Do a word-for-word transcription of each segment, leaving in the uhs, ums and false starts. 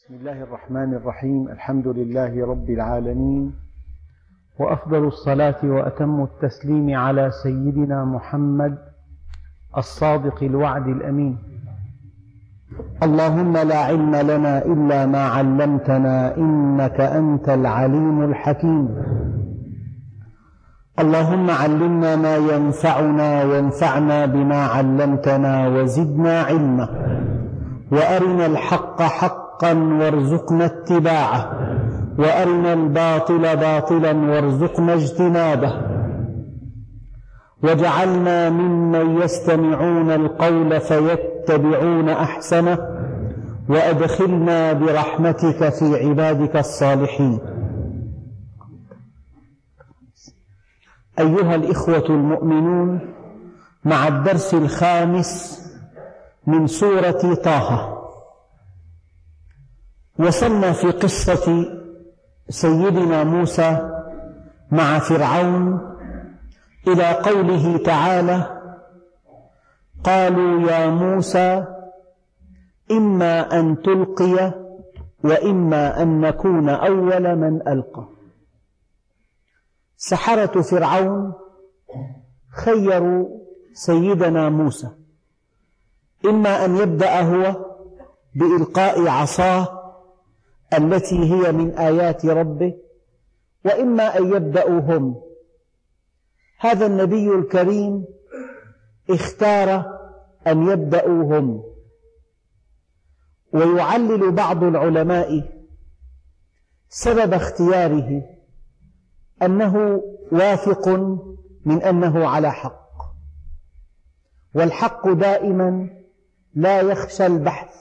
بسم الله الرحمن الرحيم. الحمد لله رب العالمين، وأفضل الصلاة وأتم التسليم على سيدنا محمد الصادق الوعد الأمين. اللهم لا علم لنا إلا ما علمتنا إنك أنت العليم الحكيم. اللهم علمنا ما ينفعنا وانفعنا بما علمتنا وزدنا علما، وأرنا الحق حقا وارزقنا اتباعه، وأرنا الباطل باطلا وارزقنا اجتنابه، واجعلنا ممن يستمعون القول فيتبعون أحسنه، وأدخلنا برحمتك في عبادك الصالحين. أيها الإخوة المؤمنون، مع الدرس الخامس من سورة طه، وصلنا في قصة سيدنا موسى مع فرعون إلى قوله تعالى: قالوا يا موسى إما أن تلقي وإما أن نكون أول من ألقى. سحرة فرعون خيروا سيدنا موسى إما أن يبدأ هو بإلقاء عصاه التي هي من آيات ربه، وإما أن يبدأوا هم. هذا النبي الكريم اختار أن يبدأوا هم. ويعلل بعض العلماء سبب اختياره أنه واثق من أنه على حق، والحق دائما لا يخشى البحث،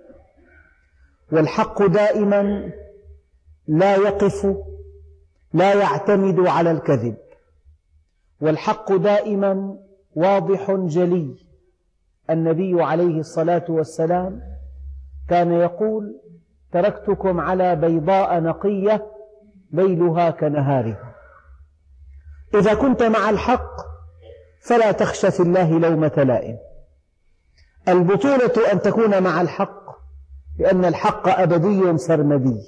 والحق دائما لا يقف لا يعتمد على الكذب، والحق دائما واضح جلي. النبي عليه الصلاة والسلام كان يقول: تركتكم على بيضاء نقية ليلها كنهارها. إذا كنت مع الحق فلا تخش في الله لومة لائم. البطولة أن تكون مع الحق، لأن الحق أبدي سرمدي،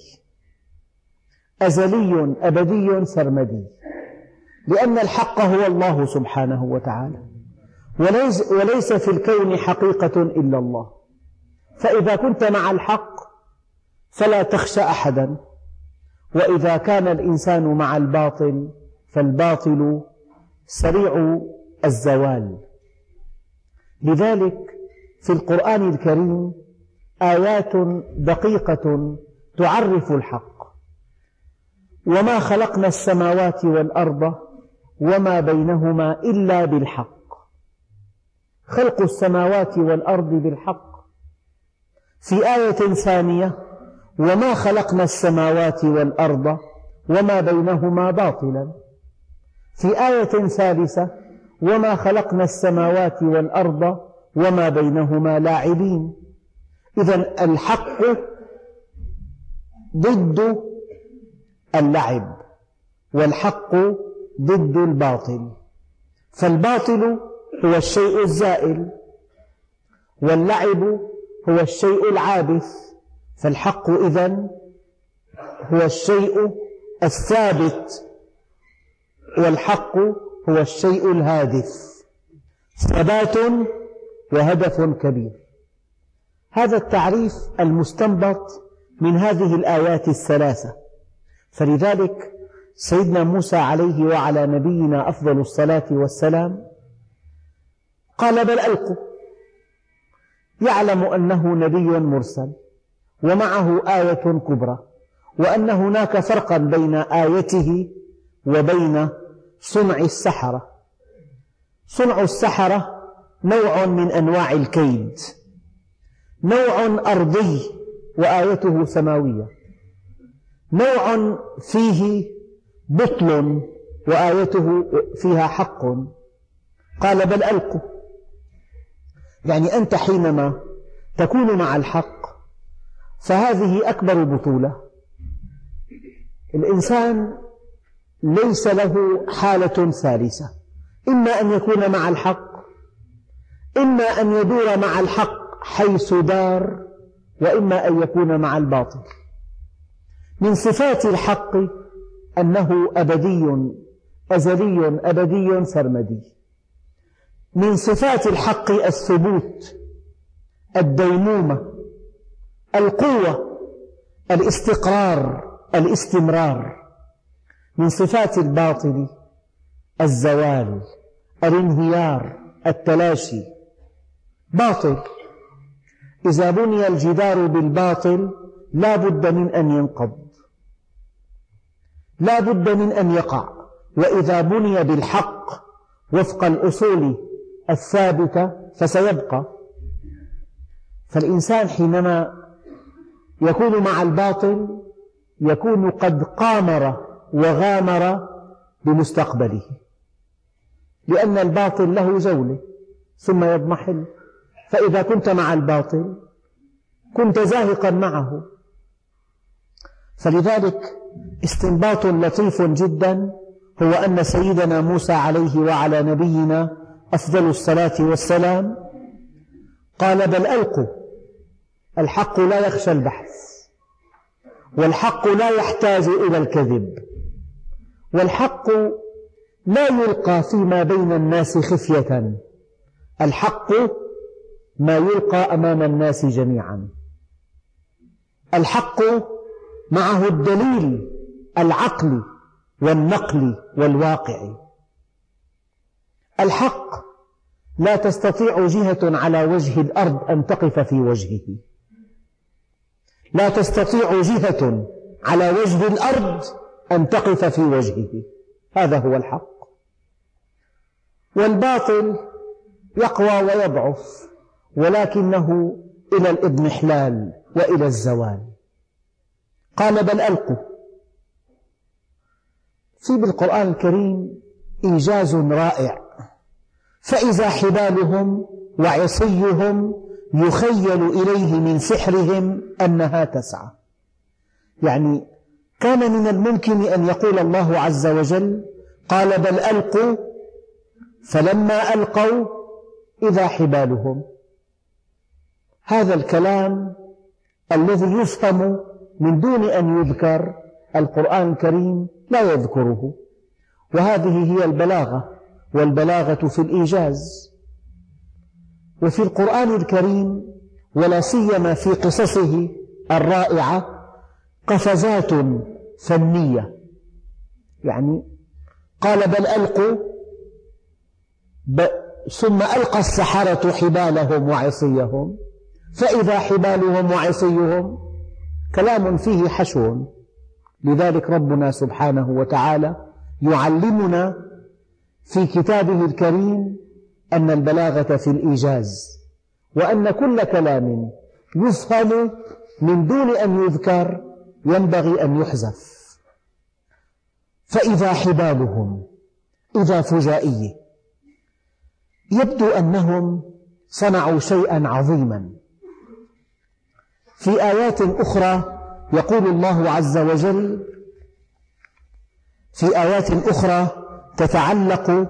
أزلي أبدي سرمدي، لأن الحق هو الله سبحانه وتعالى، وليس, وليس في الكون حقيقة إلا الله. فإذا كنت مع الحق فلا تخشى أحدا، وإذا كان الإنسان مع الباطل فالباطل سريع الزوال. لذلك في القرآن الكريم آيات دقيقة تعرف الحق: وما خلقنا السماوات والأرض وما بينهما إلا بالحق. خلق السماوات والأرض بالحق. في آية ثانية: وما خلقنا السماوات والأرض وما بينهما باطلا. في آية ثالثة: وما خلقنا السماوات والأرض وما بينهما لاعبين. إذن الحق ضد اللعب، والحق ضد الباطل. فالباطل هو الشيء الزائل، واللعب هو الشيء العابث. فالحق إذن هو الشيء الثابت، والحق هو الشيء الهادف. ثبات وهدف كبير. هذا التعريف المستنبط من هذه الآيات الثلاثة. فلذلك سيدنا موسى عليه وعلى نبينا أفضل الصلاة والسلام قال: بل ألقوا. يعلم أنه نبي مرسل ومعه آية كبرى، وأن هناك فرقا بين آيته وبين صنع السحرة. صنع السحرة نوع من أنواع الكيد، نوع أرضي وآيته سماوية، نوع فيه بطل وآيته فيها حق. قال: بل ألقوا. يعني أنت حينما تكون مع الحق فهذه أكبر بطولة. الإنسان ليس له حالة ثالثة: إما أن يكون مع الحق، إما أن يدور مع الحق حيث دار، وإما أن يكون مع الباطل. من صفات الحق أنه أبدي أزلي أبدي سرمدي. من صفات الحق الثبوت، الديمومة، القوة، الاستقرار، الاستمرار. من صفات الباطل الزوال، الانهيار، التلاشي. باطل، إذا بني الجدار بالباطل لا بد من أن ينقض، لا بد من أن يقع. وإذا بني بالحق وفق الأصول الثابتة فسيبقى. فالإنسان حينما يكون مع الباطل يكون قد قامر وغامر بمستقبله، لأن الباطل له جولة ثم يضمحل. فإذا كنت مع الباطل كنت زاهقا معه. فلذلك استنباط لطيف جدا هو أن سيدنا موسى عليه وعلى نبينا أفضل الصلاة والسلام قال: بل ألقوا. الحق لا يخشى البحث، والحق لا يحتاج إلى الكذب، والحق لا يلقى فيما بين الناس خفية. الحق ما يلقى أمام الناس جميعا. الحق معه الدليل العقلي والنقلي والواقعي. الحق لا تستطيع جهة على وجه الأرض أن تقف في وجهه، لا تستطيع جهة على وجه الأرض أن تقف في وجهه. هذا هو الحق. والباطل يقوى ويضعف، ولكنه إلى الإضمحلال وإلى الزوال. قال: بل ألقوا. في بالقرآن الكريم إيجاز رائع. فإذا حبالهم وعصيهم يخيل إليه من سحرهم أنها تسعى. يعني كان من الممكن أن يقول الله عز وجل: قال: بل ألقوا، فلما ألقوا إذا حبالهم. هذا الكلام الذي يفهم من دون أن يذكر، القرآن الكريم لا يذكره. وهذه هي البلاغة، والبلاغة في الإيجاز. وفي القرآن الكريم ولا سيما في قصصه الرائعة قفزات فنية. يعني قال: بل ألقوا، ثم ألقى السحرة حبالهم وعصيهم فإذا حبالهم وعصيهم. كلام فيه حشو. لذلك ربنا سبحانه وتعالى يعلمنا في كتابه الكريم أن البلاغة في الإيجاز، وأن كل كلام يفهم من دون أن يذكر ينبغي أن يحذف. فإذا حبالهم، إذا فجائية، يبدو أنهم صنعوا شيئا عظيما. في آيات أخرى يقول الله عز وجل، في آيات أخرى تتعلق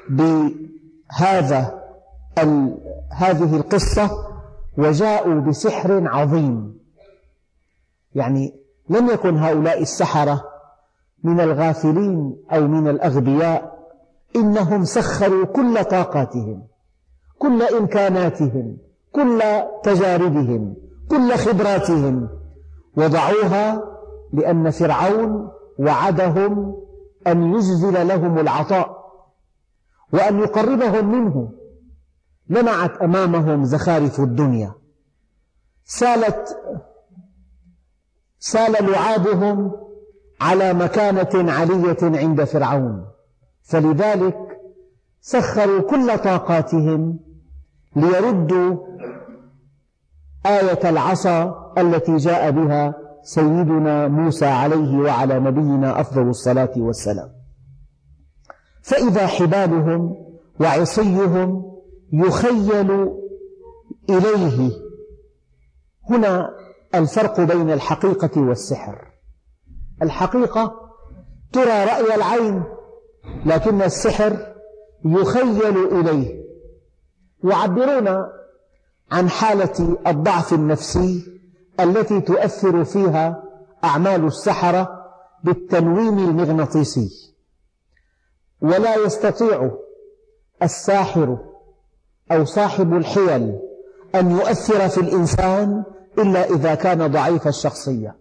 بهذا هذه القصة: وجاءوا بسحر عظيم. يعني لم يكن هؤلاء السحرة من الغافلين أو من الأغبياء، إنهم سخروا كل طاقاتهم، كل إمكاناتهم، كل تجاربهم، كل خبراتهم، وضعوها لأن فرعون وعدهم أن يجزل لهم العطاء وأن يقربهم منه. لمعت أمامهم زخارف الدنيا، سالت سال لعابهم على مكانة علية عند فرعون، فلذلك سخروا كل طاقاتهم ليردوا آية العصا التي جاء بها سيدنا موسى عليه وعلى نبينا أفضل الصلاة والسلام. فإذا حبالهم وعصيهم يخيل إليه. هنا الفرق بين الحقيقة والسحر. الحقيقة ترى رأي العين، لكن السحر يخيل إليه. يعبرون عن حالة الضعف النفسي التي تؤثر فيها أعمال السحرة بالتنويم المغناطيسي، ولا يستطيع الساحر أو صاحب الحيل أن يؤثر في الإنسان إلا إذا كان ضعيف الشخصية.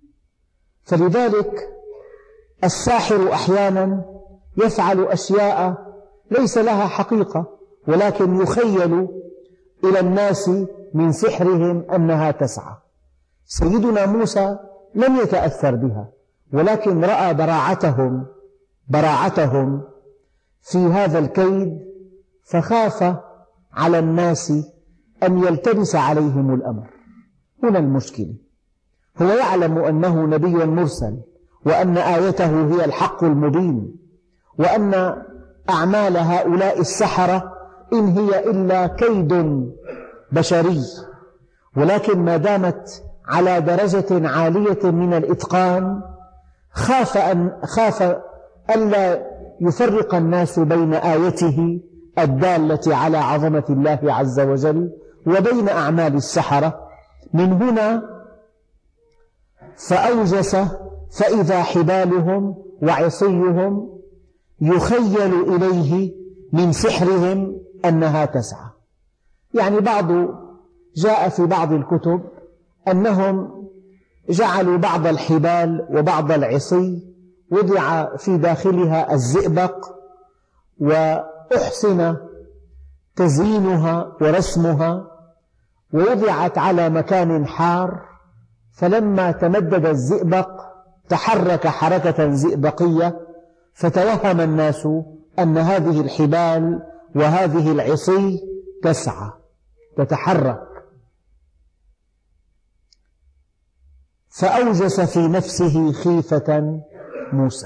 فلذلك الساحر أحيانا يفعل أشياء ليس لها حقيقة، ولكن يخيل إلى الناس من سحرهم أنها تسعى. سيدنا موسى لم يتأثر بها، ولكن رأى براعتهم براعتهم في هذا الكيد، فخاف على الناس أن يلتبس عليهم الأمر. هنا المشكلة. هو يعلم أنه نبي مرسل، وأن آيته هي الحق المبين، وأن أعمال هؤلاء السحرة إن هي إلا كيد بشري، ولكن ما دامت على درجة عالية من الإتقان خاف أن خاف ألا يفرق الناس بين آيته الدالة على عظمة الله عز وجل وبين أعمال السحرة. من هنا فأوجس فإذا حبالهم وعصيهم يخيل إليه من سحرهم أنها تسعى. يعني بعض جاء في بعض الكتب أنهم جعلوا بعض الحبال وبعض العصي وضع في داخلها الزئبق، وأحسن تزيينها ورسمها، ووضعت على مكان حار، فلما تمدد الزئبق تحرك حركة زئبقية، فتوهم الناس أن هذه الحبال وهذه العصي تسعى تتحرك. فأوجس في نفسه خيفة موسى.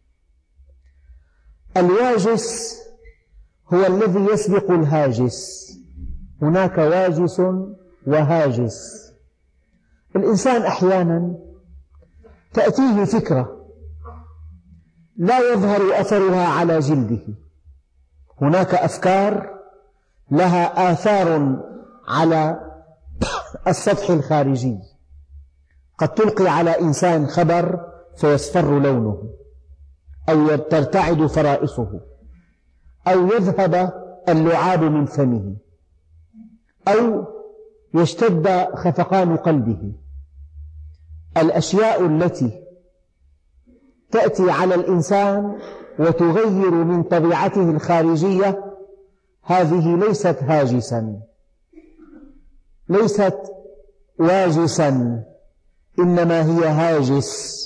الواجس هو الذي يسبق الهاجس، هناك واجس وهاجس. الإنسان أحيانا تأتيه فكرة لا يظهر أثرها على جلده، هناك أفكار لها آثار على السطح الخارجي، قد تلقي على إنسان خبر فيصفر لونه، أو ترتعد فرائصه، أو يذهب اللعاب من فمه، أو يشتد خفقان قلبه. الأشياء التي تأتي على الإنسان وتغير من طبيعته الخارجية هذه ليست هاجسا، ليست واجسا، إنما هي هاجس.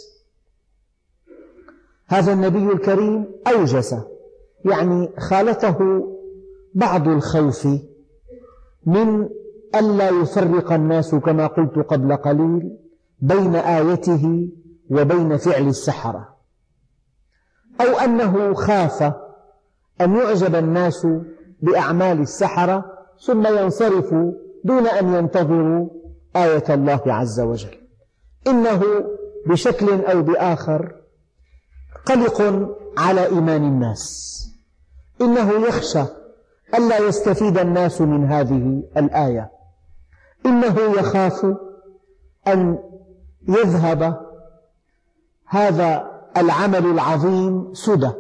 هذا النبي الكريم أوجس، يعني خالته بعض الخوف من ألا يفرق الناس كما قلت قبل قليل بين آيته وبين فعل السحرة، أو أنه خاف أن يعجب الناس بأعمال السحرة ثم ينصرفوا دون أن ينتظروا آية الله عز وجل. إنه بشكل أو بآخر قلق على إيمان الناس، إنه يخشى ألا يستفيد الناس من هذه الآية، إنه يخاف أن يذهب هذا العمل العظيم سدى.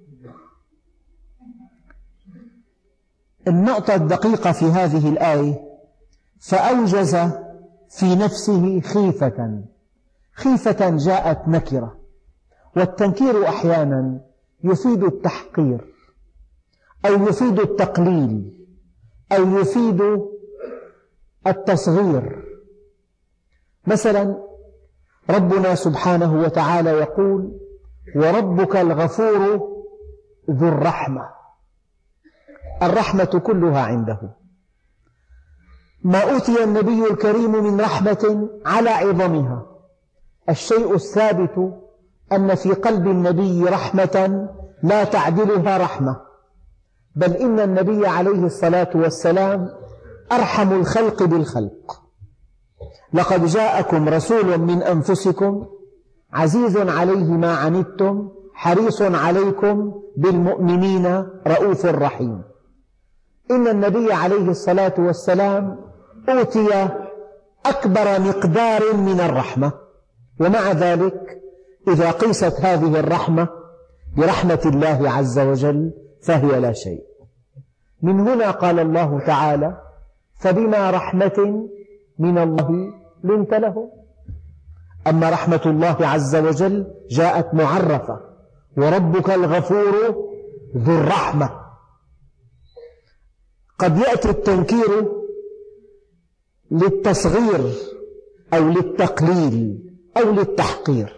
النقطة الدقيقة في هذه الآية فأوجز في نفسه خيفة. خيفة جاءت نكرة، والتنكير أحيانا يفيد التحقير أو يفيد التقليل أو يفيد التصغير. مثلا ربنا سبحانه وتعالى يقول: وربك الغفور ذو الرحمة. الرحمة كلها عنده. ما أوتي النبي الكريم من رحمة على عظمها. الشيء الثابت أن في قلب النبي رحمة لا تعدلها رحمة، بل إن النبي عليه الصلاة والسلام أرحم الخلق بالخلق. لقد جاءكم رسول من أنفسكم عزيز عليه ما عنتم حريص عليكم بالمؤمنين رؤوف رحيم. إن النبي عليه الصلاة والسلام أوتي أكبر مقدار من الرحمة، ومع ذلك إذا قيست هذه الرحمة برحمة الله عز وجل فهي لا شيء. من هنا قال الله تعالى: فبما رحمة من الله لنت له. أما رحمة الله عز وجل جاءت معرفة: وربك الغفور ذو الرحمة. قد يأتي التنكير للتصغير أو للتقليل أو للتحقير،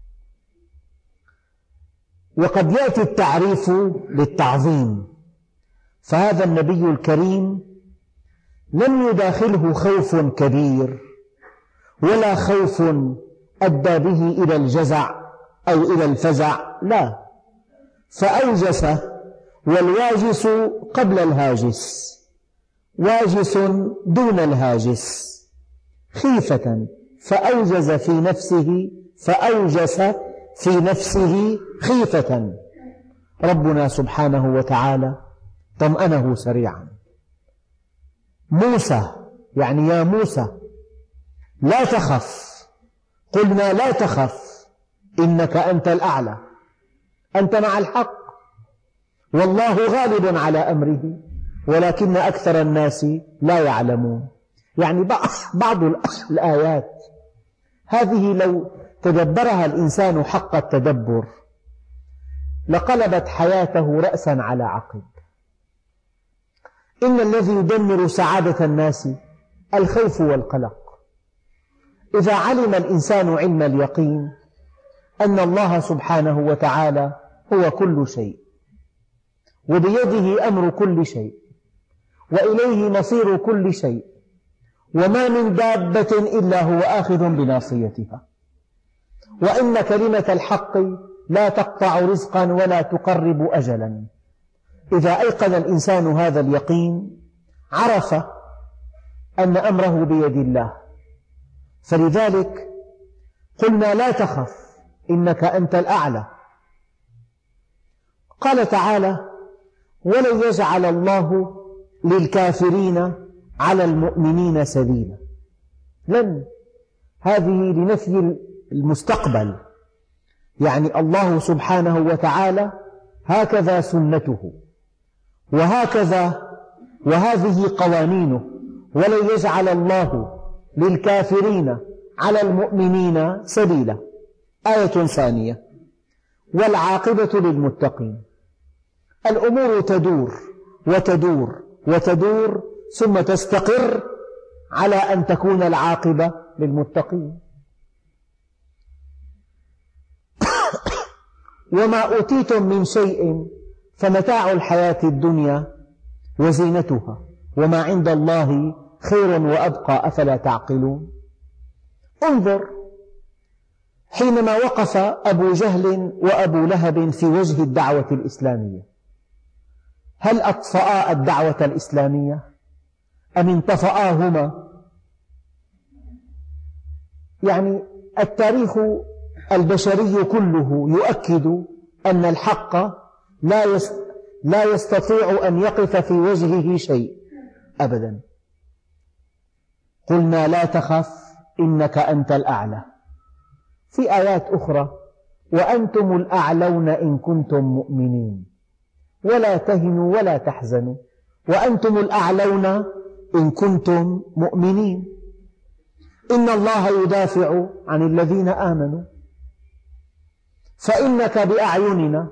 وقد يأتي التعريف للتعظيم. فهذا النبي الكريم لم يداخله خوف كبير ولا خوف أدى به إلى الجزع أو إلى الفزع، لا، فأوجس، والواجس قبل الهاجس، واجس دون الهاجس، خيفة، فأوجز في نفسه فأوجس في نفسه خيفة. ربنا سبحانه وتعالى طمأنه سريعا. موسى، يعني يا موسى لا تخف. قلنا لا تخف إنك أنت الأعلى، أنت مع الحق، والله غالب على أمره ولكن أكثر الناس لا يعلمون. يعني بعض الآيات هذه لو تدبرها الإنسان حق التدبر لقلبت حياته رأسا على عقب. إن الذي يدمر سعادة الناس الخوف والقلق. إذا علم الإنسان علم اليقين أن الله سبحانه وتعالى هو كل شيء وبيده أمر كل شيء وإليه مصير كل شيء، وما من دابة إلا هو آخذ بناصيتها، وإن كلمة الحق لا تقطع رزقا ولا تقرب أجلا. إذا أيقن الإنسان هذا اليقين عرف أن أمره بيد الله. فلذلك قلنا لا تخف إنك أنت الأعلى. قال تعالى: ولن يجعل الله للكافرين على المؤمنين سبيلا. لن، هذه لنفي المستقبل، يعني الله سبحانه وتعالى هكذا سنته وهكذا وهذه قوانينه. ولن يجعل الله للكافرين على المؤمنين سبيلا. آية ثانية: والعاقبة للمتقين. الأمور تدور وتدور وتدور ثم تستقر على أن تكون العاقبة للمتقين. وما أوتيتم من شيء فمتاع الحياة الدنيا وزينتها وما عند الله خير وأبقى، أفلا تعقلون. انظر، حينما وقف أبو جهل وأبو لهب في وجه الدعوة الإسلامية، هل أطفأا الدعوة الإسلامية أم انطفأاهما؟ يعني التاريخ البشري كله يؤكد أن الحق لا يستطيع أن يقف في وجهه شيء أبدا. قلنا لا تخف إنك أنت الأعلى. في آيات أخرى: وأنتم الأعلون إن كنتم مؤمنين ولا تهنوا ولا تحزنوا. وأنتم الأعلون إن كنتم مؤمنين. إن الله يدافع عن الذين آمنوا فإنك بأعيننا.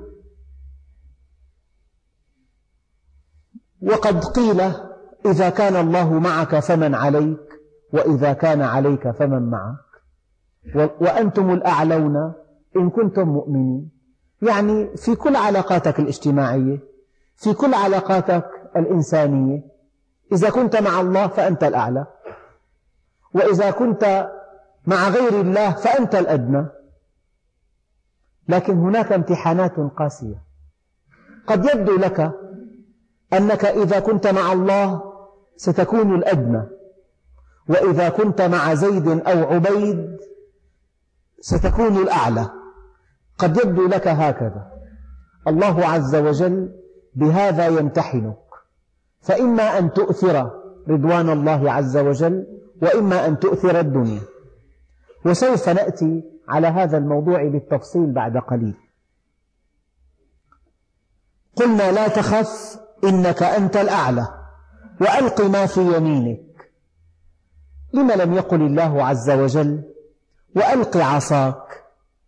وقد قيل: إذا كان الله معك فمن عليك، وإذا كان عليك فمن معك. وأنتم الأعلون إن كنتم مؤمنين، يعني في كل علاقاتك الاجتماعية، في كل علاقاتك الإنسانية، إذا كنت مع الله فأنت الأعلى، وإذا كنت مع غير الله فأنت الأدنى. لكن هناك امتحانات قاسية. قد يبدو لك أنك إذا كنت مع الله ستكون الأدنى، وإذا كنت مع زيد أو عبيد ستكون الأعلى. قد يبدو لك هكذا. الله عز وجل بهذا يمتحنك، فإما أن تؤثر رضوان الله عز وجل وإما أن تؤثر الدنيا. وسوف نأتي على هذا الموضوع بالتفصيل بعد قليل. قلنا لا تخف إنك أنت الأعلى وألق ما في يمينك. لم لم يقل الله عز وجل وألق عصاك؟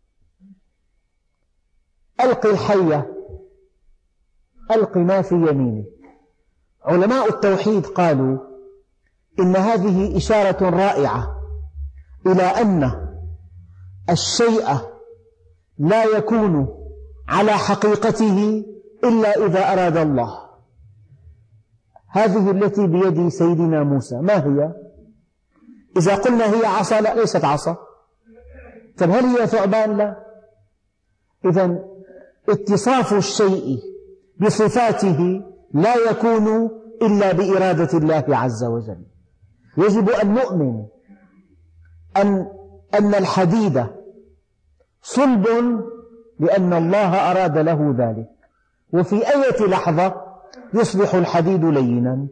ألق الحية، ألق ما في يمينك. علماء التوحيد قالوا إن هذه إشارة رائعة إلى أن الشيء لا يكون على حقيقته إلا إذا أراد الله. هذه التي بيد سيدنا موسى ما هي؟ إذا قلنا هي عصا، لا، ليست عصا. طيب هل هي ثعبان؟ لا. إذن اتصاف الشيء بصفاته لا يكون إلا بإرادة الله عز وجل. يجب أن نؤمن أن أن الحديد صلب لأن الله أراد له ذلك، وفي أي لحظة يصبح الحديد لينا.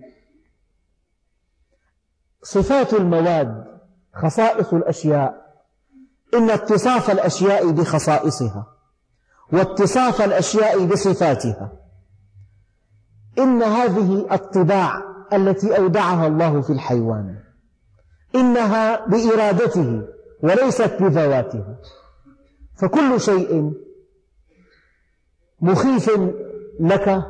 صفات المواد، خصائص الأشياء، إن اتصاف الأشياء بخصائصها واتصاف الأشياء بصفاتها، إن هذه الطباع التي أودعها الله في الحيوان إنها بإرادته وليست بذواتها. فكل شيء مخيف لك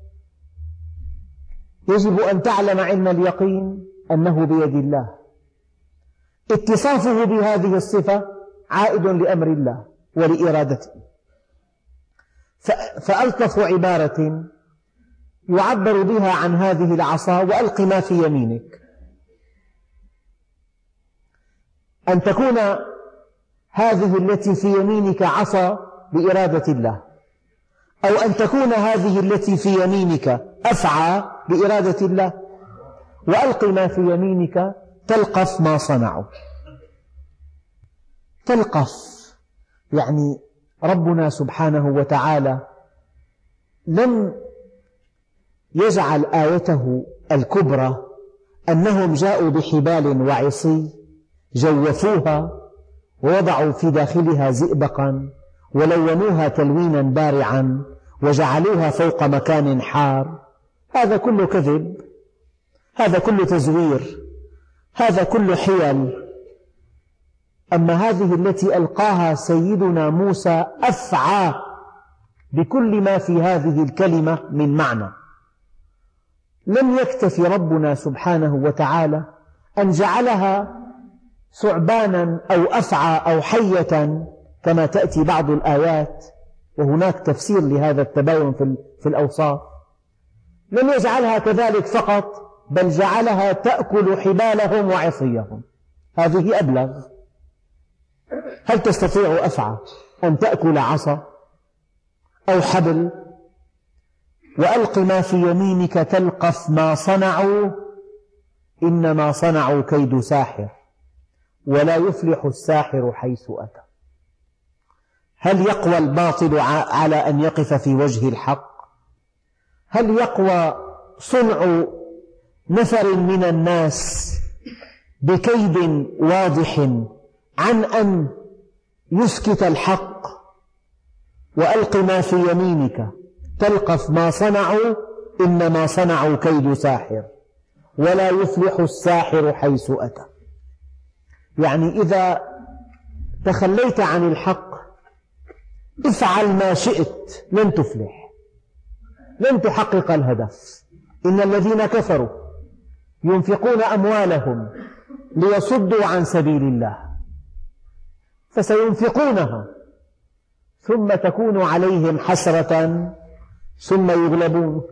يجب أن تعلم علم اليقين أنه بيد الله. اتصافه بهذه الصفة عائد لأمر الله ولإرادته. فألطف عبارة يعبر بها عن هذه العصا وألق ما في يمينك أن تكون هذه التي في يمينك عصا بإرادة الله، أو أن تكون هذه التي في يمينك أفعى بإرادة الله. وألق ما في يمينك تلقف ما صنعوا. تلقف يعني ربنا سبحانه وتعالى لم يجعل آيته الكبرى أنهم جاءوا بحبال وعصي جوفوها ووضعوا في داخلها زئبقا ولونوها تلوينا بارعا وجعلوها فوق مكان حار. هذا كله كذب، هذا كله تزوير، هذا كله حيل. أما هذه التي ألقاها سيدنا موسى أفعى بكل ما في هذه الكلمة من معنى. لم يكتفي ربنا سبحانه وتعالى أن جعلها ثعبانا أو أفعى أو حية كما تأتي بعض الآيات، وهناك تفسير لهذا التباين في الأوصاف. لم يجعلها كذلك فقط، بل جعلها تأكل حبالهم وعصيهم. هذه أبلغ. هل تستطيع أفعى أن تأكل عصا أو حبل؟ وألق ما في يمينك تلقف ما صنعوا إنما صنعوا كيد ساحر ولا يفلح الساحر حيث أتى. هل يقوى الباطل على أن يقف في وجه الحق؟ هل يقوى صنع نفر من الناس بكيد واضح عن أن يسكت الحق؟ وألق ما في يمينك تلقف ما صنعوا إنما صنعوا كيد ساحر ولا يفلح الساحر حيث أتى. يعني إذا تخليت عن الحق افعل ما شئت لن تفلح، لن تحقق الهدف. إن الذين كفروا ينفقون أموالهم ليصدوا عن سبيل الله فسينفقونها ثم تكون عليهم حسرة ثم يغلبون.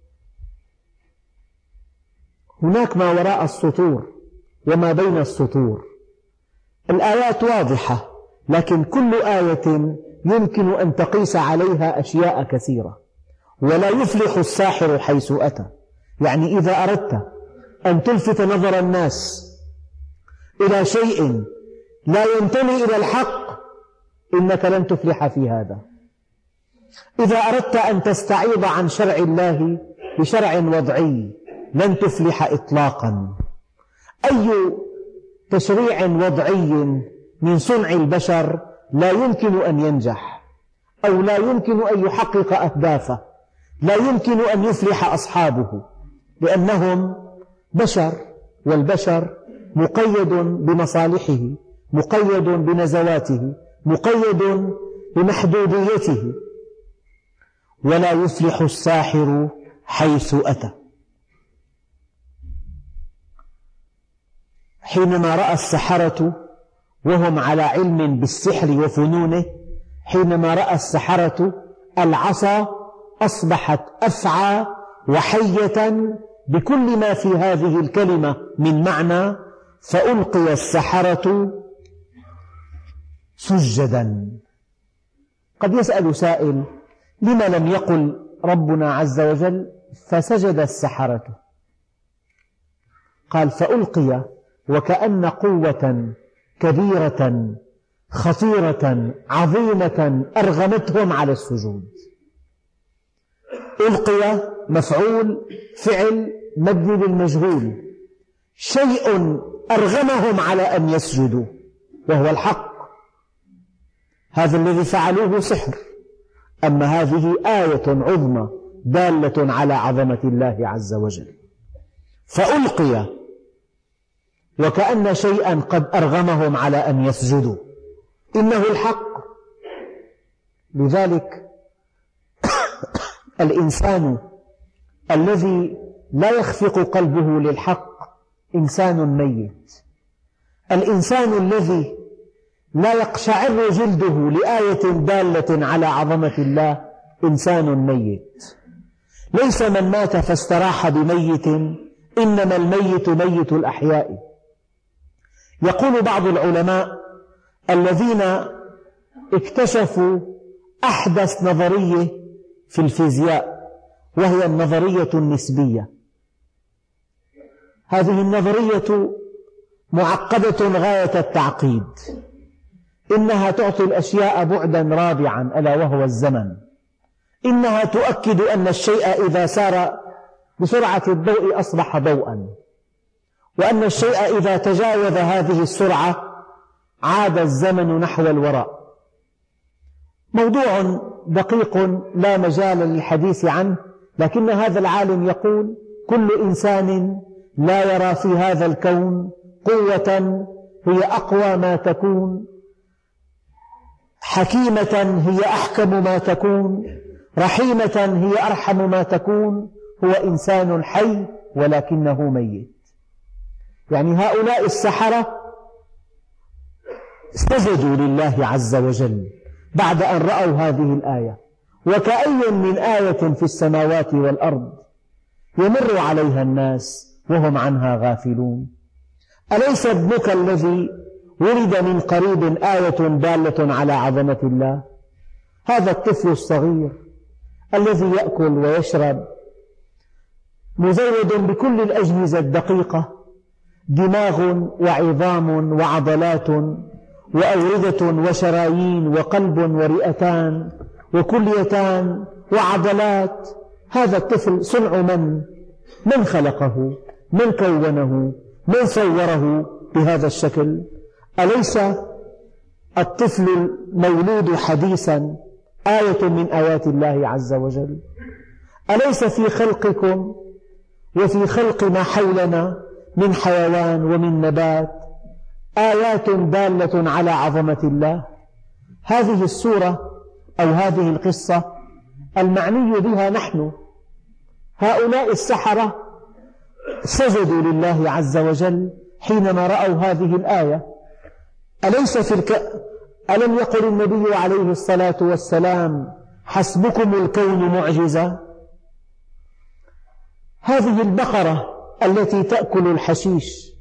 هناك ما وراء السطور وما بين السطور. الآيات واضحة، لكن كل آية يمكن أن تقيس عليها أشياء كثيرة. ولا يفلح الساحر حيث أتى، يعني إذا أردت أن تلفت نظر الناس إلى شيء لا ينتمي إلى الحق إنك لن تفلح في هذا. إذا أردت أن تستعيض عن شرع الله بشرع وضعي لن تفلح إطلاقا. أي تشريع وضعي من صنع البشر لا يمكن أن ينجح، أو لا يمكن أن يحقق أهدافه، لا يمكن أن يفلح أصحابه، لأنهم بشر، والبشر مقيد بمصالحه، مقيد بنزواته، مقيد بمحدوديته. ولا يفلح الساحر حيث أتى. حينما رأى السحرة وهم على علم بالسحر وفنونه، حينما رأى السحرة العصا أصبحت أفعى وحية بكل ما في هذه الكلمة من معنى، فألقي السحرة سجدا. قد يسأل سائل: لما لم يقل ربنا عز وجل فسجد السحرة؟ قال: فألقي، وكأن قوة كبيرة خطيرة عظيمة أرغمتهم على السجود. ألقي مفعول فعل مبني للمجهول، شيء أرغمهم على أن يسجدوا وهو الحق. هذا الذي فعلوه سحر، أما هذه آية عظمى دالة على عظمة الله عز وجل. فألقي وكأن شيئا قد أرغمهم على أن يسجدوا، إنه الحق. لذلك الإنسان الذي لا يخفق قلبه للحق إنسان ميت. الإنسان الذي لا يقشعر جلده لآية دالة على عظمة الله إنسان ميت. ليس من مات فاستراح بميت، إنما الميت ميت الأحياء. يقول بعض العلماء الذين اكتشفوا أحدث نظرية في الفيزياء، وهي النظرية النسبية. هذه النظرية معقدة غاية التعقيد، إنها تعطي الأشياء بعدا رابعا ألا وهو الزمن. إنها تؤكد أن الشيء إذا سار بسرعة الضوء أصبح ضوءا، وأن الشيء إذا تجاوز هذه السرعة عاد الزمن نحو الوراء. موضوع دقيق لا مجال للحديث عنه، لكن هذا العالم يقول: كل إنسان لا يرى في هذا الكون قوة هي أقوى ما تكون، حكيمة هي أحكم ما تكون، رحيمة هي أرحم ما تكون، هو إنسان حي ولكنه ميت. يعني هؤلاء السحرة سجدوا لله عز وجل بعد أن رأوا هذه الآية. وكأي من آية في السماوات والأرض يمر عليها الناس وهم عنها غافلون. أليس ابنك الذي ولد من قريب آية دالة على عظمة الله؟ هذا الطفل الصغير الذي يأكل ويشرب، مزود بكل الأجهزة الدقيقة، دماغ وعظام وعضلات وأوردة وشرايين وقلب ورئتان وكليتان وعضلات. هذا الطفل صنع من؟ من خلقه؟ من كونه؟ من صوره بهذا الشكل؟ أليس الطفل المولود حديثا آية من آيات الله عز وجل؟ أليس في خلقكم وفي خلق ما حولنا من حيوان ومن نبات آيات دالة على عظمة الله؟ هذه السورة أو هذه القصة المعني بها نحن. هؤلاء السحرة سجدوا لله عز وجل حينما رأوا هذه الآية. أليس في الك... ألم يقل النبي عليه الصلاة والسلام: حسبكم الكون معجزة؟ هذه البقرة التي تأكل الحشيش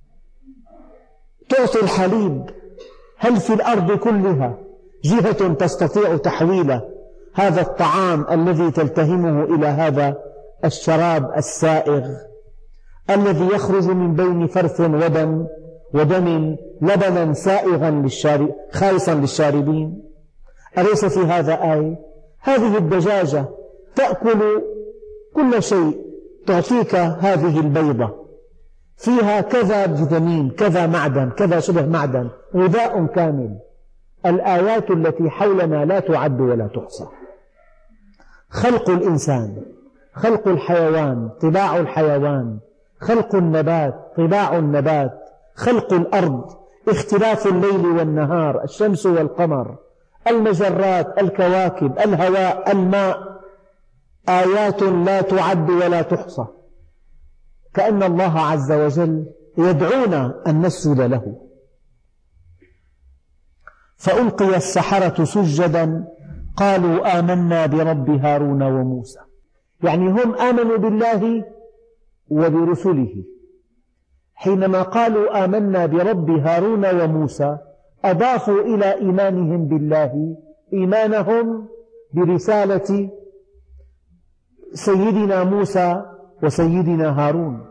تعطي الحليب، هل في الأرض كلها جهة تستطيع تحويل هذا الطعام الذي تلتهمه إلى هذا الشراب السائغ الذي يخرج من بين فرث ودم ودم لبنا سائغا للشارب خالصا للشاربين؟ أليس في هذا آية؟ هذه الدجاجة تأكل كل شيء، تعطيك هذه البيضة، فيها كذا فيتامين، كذا معدن، كذا شبه معدن، غذاء كامل. الآيات التي حولنا لا تعد ولا تحصى. خلق الإنسان، خلق الحيوان، طباع الحيوان، خلق النبات، طباع النبات، خلق الأرض، اختلاف الليل والنهار، الشمس والقمر، المجرات، الكواكب، الهواء، الماء، آيات لا تعد ولا تحصى. كأن الله عز وجل يدعونا أن نسجد له. فألقي السحرة سجدا قالوا آمنا برب هارون وموسى، يعني هم آمنوا بالله وبرسله. حينما قالوا آمنا برب هارون وموسى أضافوا إلى إيمانهم بالله إيمانهم برسالة سيدنا موسى وسيدنا هارون.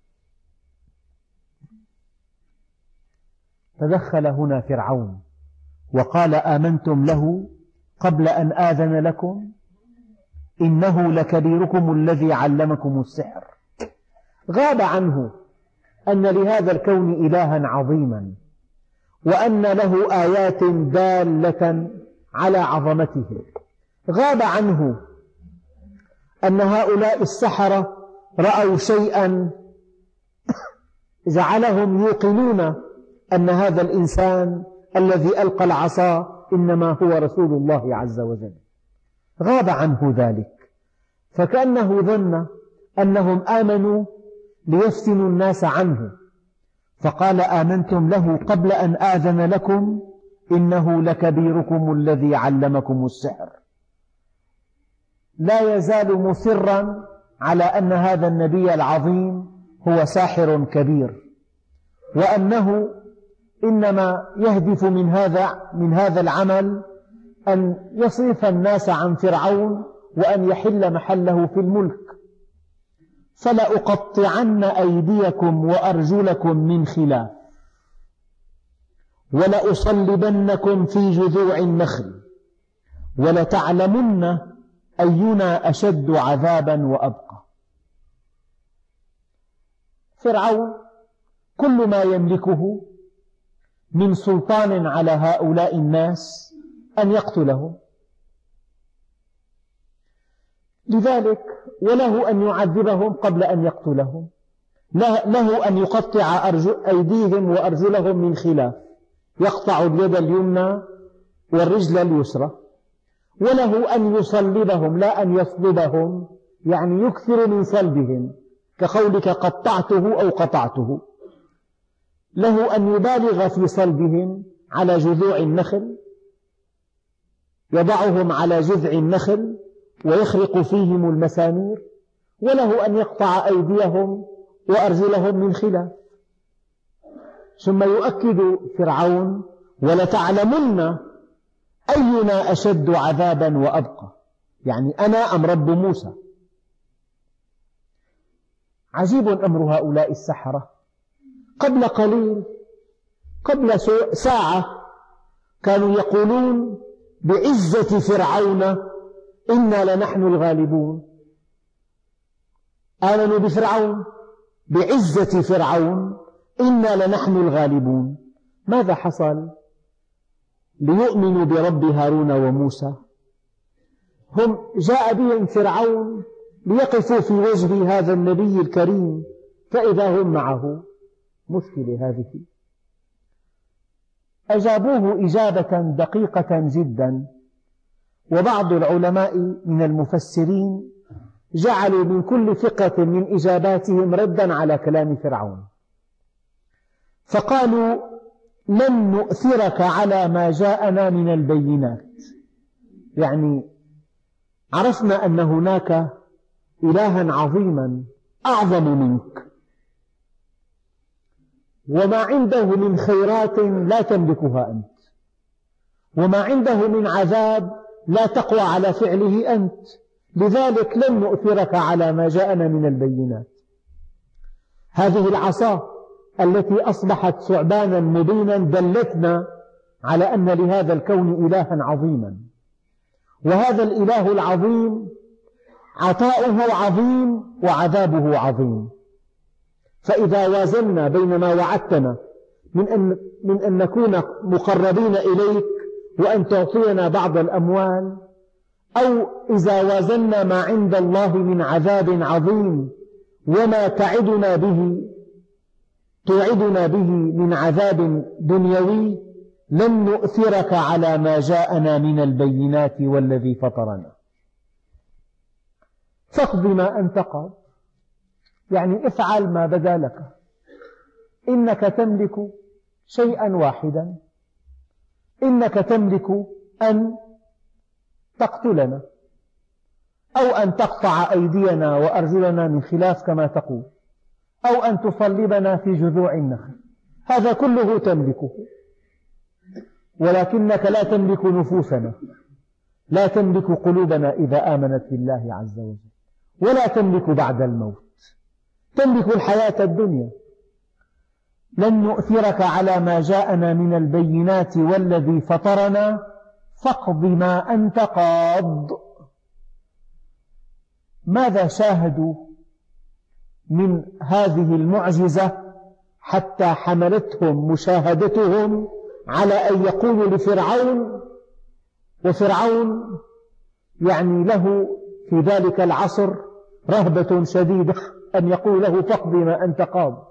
تدخل هنا فرعون وقال آمنتم له قبل أن آذن لكم إنه لكبيركم الذي علمكم السحر. غاب عنه أن لهذا الكون إلها عظيما، وأن له آيات دالة على عظمته. غاب عنه أن هؤلاء السحرة رأوا شيئا جعلهم يوقنون أن هذا الإنسان الذي ألقى العصا إنما هو رسول الله عز وجل. غاب عنه ذلك، فكأنه ظن أنهم آمنوا ليفتنوا الناس عنه، فقال آمنتم له قبل أن آذن لكم إنه لكبيركم الذي علمكم السحر. لا يزال مصرا على أن هذا النبي العظيم هو ساحر كبير، وأنه إنما يهدف من هذا من هذا العمل أن يصرف الناس عن فرعون وأن يحل محله في الملك. فلأقطعن أيديكم وأرجلكم من خلاف ولأصلبنكم في جذوع النخل ولتعلمن أينا أشد عذابا وأبقى. فرعون كل ما يملكه من سلطان على هؤلاء الناس أن يقتلهم، لذلك وله أن يعذبهم قبل أن يقتلهم، له أن يقطع أيديهم وأرجلهم من خلاف، يقطع اليد اليمنى والرجل اليسرى، وله أن يصلبهم لا أن يصلبهم، يعني يكثر من صلبهم كقولك قطعته أو قطعته. له أن يبالغ في صلبهم على جذوع النخل، يضعهم على جذع النخل ويخرق فيهم المسامير، وله أن يقطع أيديهم وأرجلهم من خلاف. ثم يؤكد فرعون ولتعلمن أينا أشد عذابا وأبقى، يعني أنا أم رب موسى. عجيب أمر هؤلاء السحرة. قبل قليل، قبل ساعة، كانوا يقولون بعزة فرعون إنا لنحن الغالبون. آمنوا بفرعون، بعزة فرعون إنا لنحن الغالبون. ماذا حصل ليؤمنوا برب هارون وموسى؟ هم جاء بهم فرعون ليقفوا في وجه هذا النبي الكريم، فإذا هم معه. مشكلة هذه. أجابوه إجابة دقيقة جدا، وبعض العلماء من المفسرين جعلوا من كل ثقة من إجاباتهم ردا على كلام فرعون، فقالوا لن نؤثرك على ما جاءنا من البينات، يعني عرفنا أن هناك إلها عظيما أعظم منك، وما عنده من خيرات لا تملكها أنت، وما عنده من عذاب لا تقوى على فعله أنت، لذلك لن نؤثرك على ما جاءنا من البينات. هذه العصا التي أصبحت ثعبانا مبينا دلتنا على أن لهذا الكون إلها عظيما، وهذا الإله العظيم عطاؤه عظيم وعذابه عظيم. فإذا وازنا بين ما وعدتنا من أن, من أن نكون مقربين إليك وأن تعطينا بعض الأموال، أو إذا وازنا ما عند الله من عذاب عظيم وما تعدنا به توعدنا به من عذاب دنيوي، لن نؤثرك على ما جاءنا من البينات والذي فطرنا، فاقض ما أنت قاض، يعني افعل ما بدا لك. إنك تملك شيئا واحدا، إنك تملك أن تقتلنا أو أن تقطع أيدينا وأرجلنا من خلاف كما تقول، أو أن تصلبنا في جذوع النخل، هذا كله تملكه، ولكنك لا تملك نفوسنا، لا تملك قلوبنا إذا آمنت بالله عز وجل، ولا تملك بعد الموت، تملك الحياة الدنيا. لن نؤثرك على ما جاءنا من البينات والذي فطرنا، فاقض ما أنت قاض. ماذا شاهدوا من هذه المعجزة حتى حملتهم مشاهدتهم على أن يقولوا لفرعون، وفرعون يعني له في ذلك العصر رهبة شديدة أن يقول له فاقض ما أنت قاض،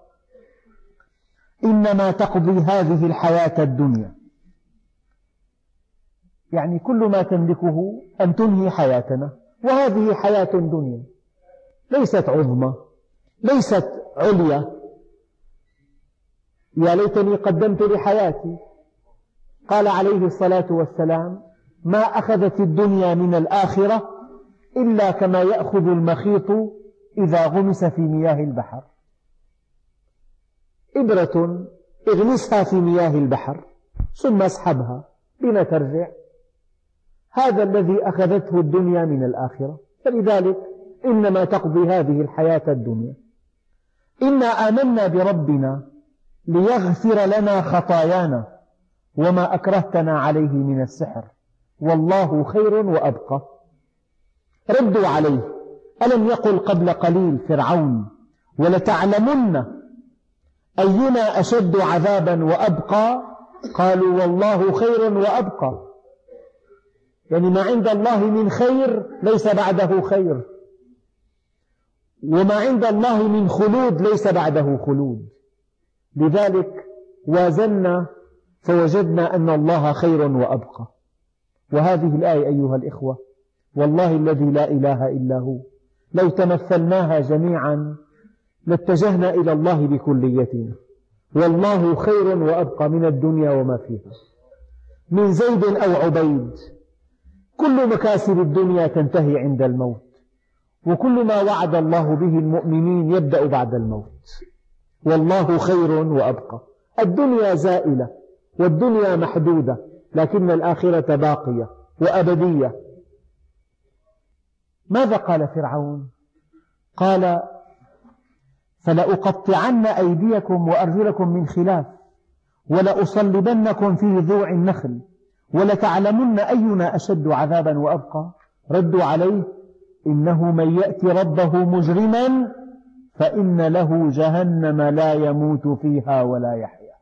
إنما تقضي هذه الحياة الدنيا، يعني كل ما تملكه أن تنهي حياتنا، وهذه حياة دنيا ليست عظمى، ليست عليا. يا ليتني قدمت لحياتي. قال عليه الصلاة والسلام: ما أخذت الدنيا من الآخرة إلا كما يأخذ المخيط إذا غمس في مياه البحر. إبرة اغمسها في مياه البحر ثم اسحبها، بما ترجع؟ هذا الذي أخذته الدنيا من الآخرة. فلذلك إنما تقضي هذه الحياة الدنيا. إنا آمنا بربنا ليغفر لنا خطايانا وما أكرهتنا عليه من السحر والله خير وأبقى. ردوا عليه: ألم يقل قبل قليل فرعون ولتعلمن أينا أشد عذابا وأبقى؟ قالوا والله خير وأبقى، يعني ما عند الله من خير ليس بعده خير، وما عند الله من خلود ليس بعده خلود. لذلك وازنا فوجدنا أن الله خير وأبقى. وهذه الآية أيها الإخوة والله الذي لا إله إلا هو لو تمثلناها جميعا لاتجهنا إلى الله بكليتنا. والله خير وأبقى من الدنيا وما فيها، من زيد أو عبيد. كل مكاسب الدنيا تنتهي عند الموت، وكل ما وعد الله به المؤمنين يبدأ بعد الموت. والله خير وأبقى. الدنيا زائلة والدنيا محدودة، لكن الآخرة باقية وأبدية. ماذا قال فرعون؟ قال: فلأقطعن أيديكم وأرجلكم من خلاف ولأصلبنكم في جذوع النخل ولتعلمن أينا أشد عذابا وأبقى. ردوا عليه: إنه من يأتي ربه مجرما فإن له جهنم لا يموت فيها ولا يحيا.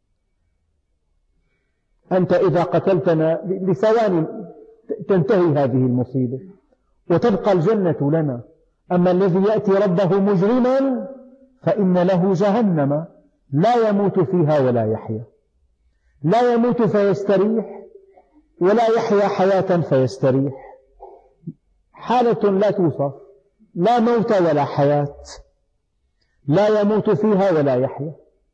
أنت إذا قتلتنا لثواني تنتهي هذه المصيبة وتبقى الجنة لنا، أما الذي يأتي ربه مجرما فإن له جهنم لا يموت فيها ولا يحيا. لا يموت فيستريح ولا يحيا حياة فيستريح، حالة لا توصف، لا موت ولا حياة، لا يموت فيها ولا يحيا.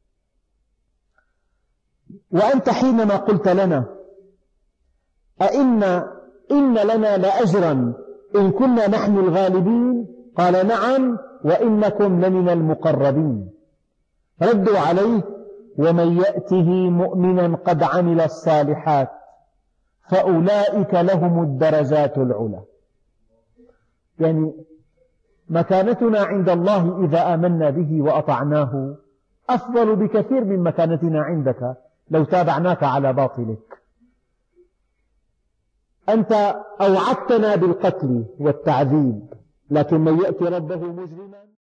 وأنت حينما قلت لنا أئن إن لنا لأجرا إن كنا نحن الغالبين، قال: نعم وإنكم لمن المقربين. ردوا عليه: ومن يأته مؤمنا قد عمل الصالحات فأولئك لهم الدرجات العلى. يعني مكانتنا عند الله إذا آمنا به وأطعناه أفضل بكثير من مكانتنا عندك لو تابعناك على باطلك. أنت أوعدتنا بالقتل والتعذيب، لكن من يأتي ربه مجرما